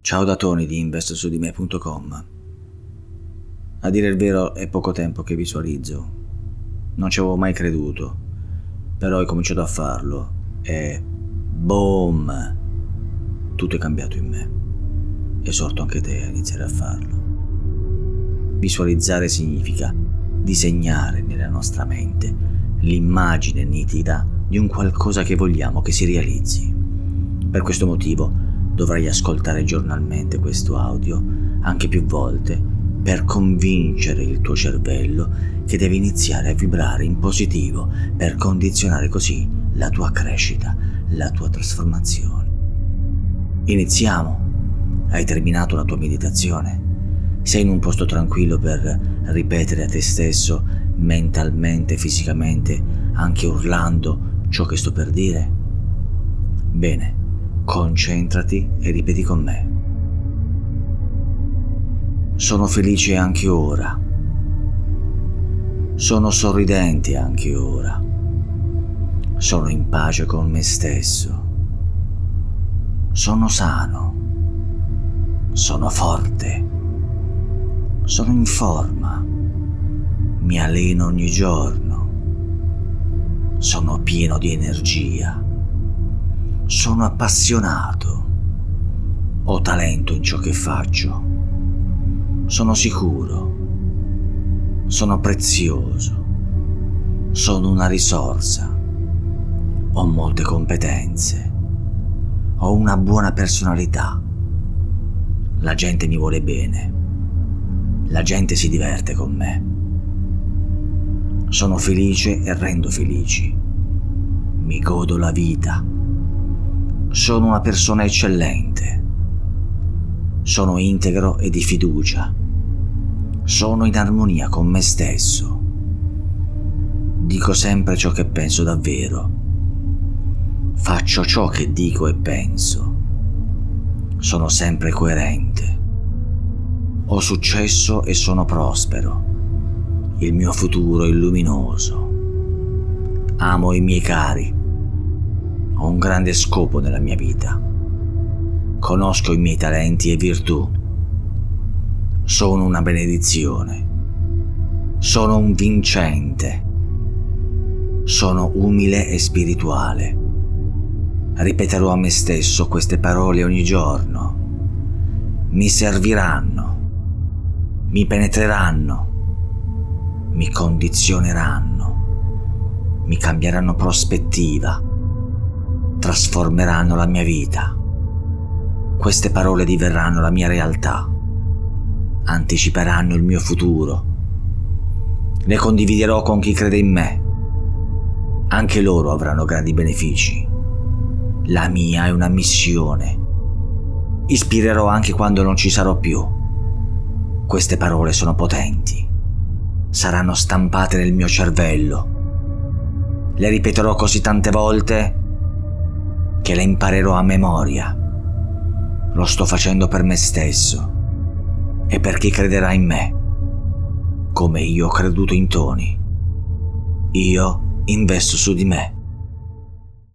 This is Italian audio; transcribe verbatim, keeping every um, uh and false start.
Ciao da Tony di investo su di me punto com. A dire il vero è poco tempo che visualizzo. Non ci avevo mai creduto, però ho cominciato a farlo e boom! Tutto è cambiato in me. Esorto anche te a iniziare a farlo. Visualizzare significa disegnare nella nostra mente l'immagine nitida di un qualcosa che vogliamo che si realizzi. Per questo motivo dovrai ascoltare giornalmente questo audio anche più volte per convincere il tuo cervello che deve iniziare a vibrare in positivo per condizionare così la tua crescita, la tua trasformazione. Iniziamo. Hai terminato la tua meditazione? Sei in un posto tranquillo per ripetere a te stesso mentalmente e fisicamente, anche urlando ciò che sto per dire? Bene, concentrati e ripeti con me. Sono felice anche ora. Sono sorridente anche ora. Sono in pace con me stesso. Sono sano. Sono forte. Sono in forma. Mi alleno ogni giorno. Sono pieno di energia. Sono appassionato. Ho talento in ciò che faccio. Sono sicuro. Sono prezioso. Sono una risorsa. Ho molte competenze. Ho una buona personalità. La gente mi vuole bene. La gente si diverte con me. Sono felice e rendo felici. Mi godo la vita. Sono una persona eccellente. Sono integro e di fiducia. Sono in armonia con me stesso. Dico sempre ciò che penso davvero. Faccio ciò che dico e penso. Sono sempre coerente. Ho successo e sono prospero. Il mio futuro è luminoso. Amo i miei cari. Ho un grande scopo nella mia vita. Conosco i miei talenti e virtù. Sono una benedizione. Sono un vincente. Sono umile e spirituale. Ripeterò a me stesso queste parole ogni giorno. Mi serviranno. Mi penetreranno. Mi condizioneranno. Mi cambieranno prospettiva. Trasformeranno la mia vita. Queste parole diverranno la mia realtà. Anticiperanno il mio futuro. Le condividerò con chi crede in me. Anche loro avranno grandi benefici. La mia è una missione. Ispirerò anche quando non ci sarò più. Queste parole sono potenti. Saranno stampate nel mio cervello. Le ripeterò così tante volte che le imparerò a memoria. Lo sto facendo per me stesso e per chi crederà in me, come io ho creduto in Tony. Io investo su di me.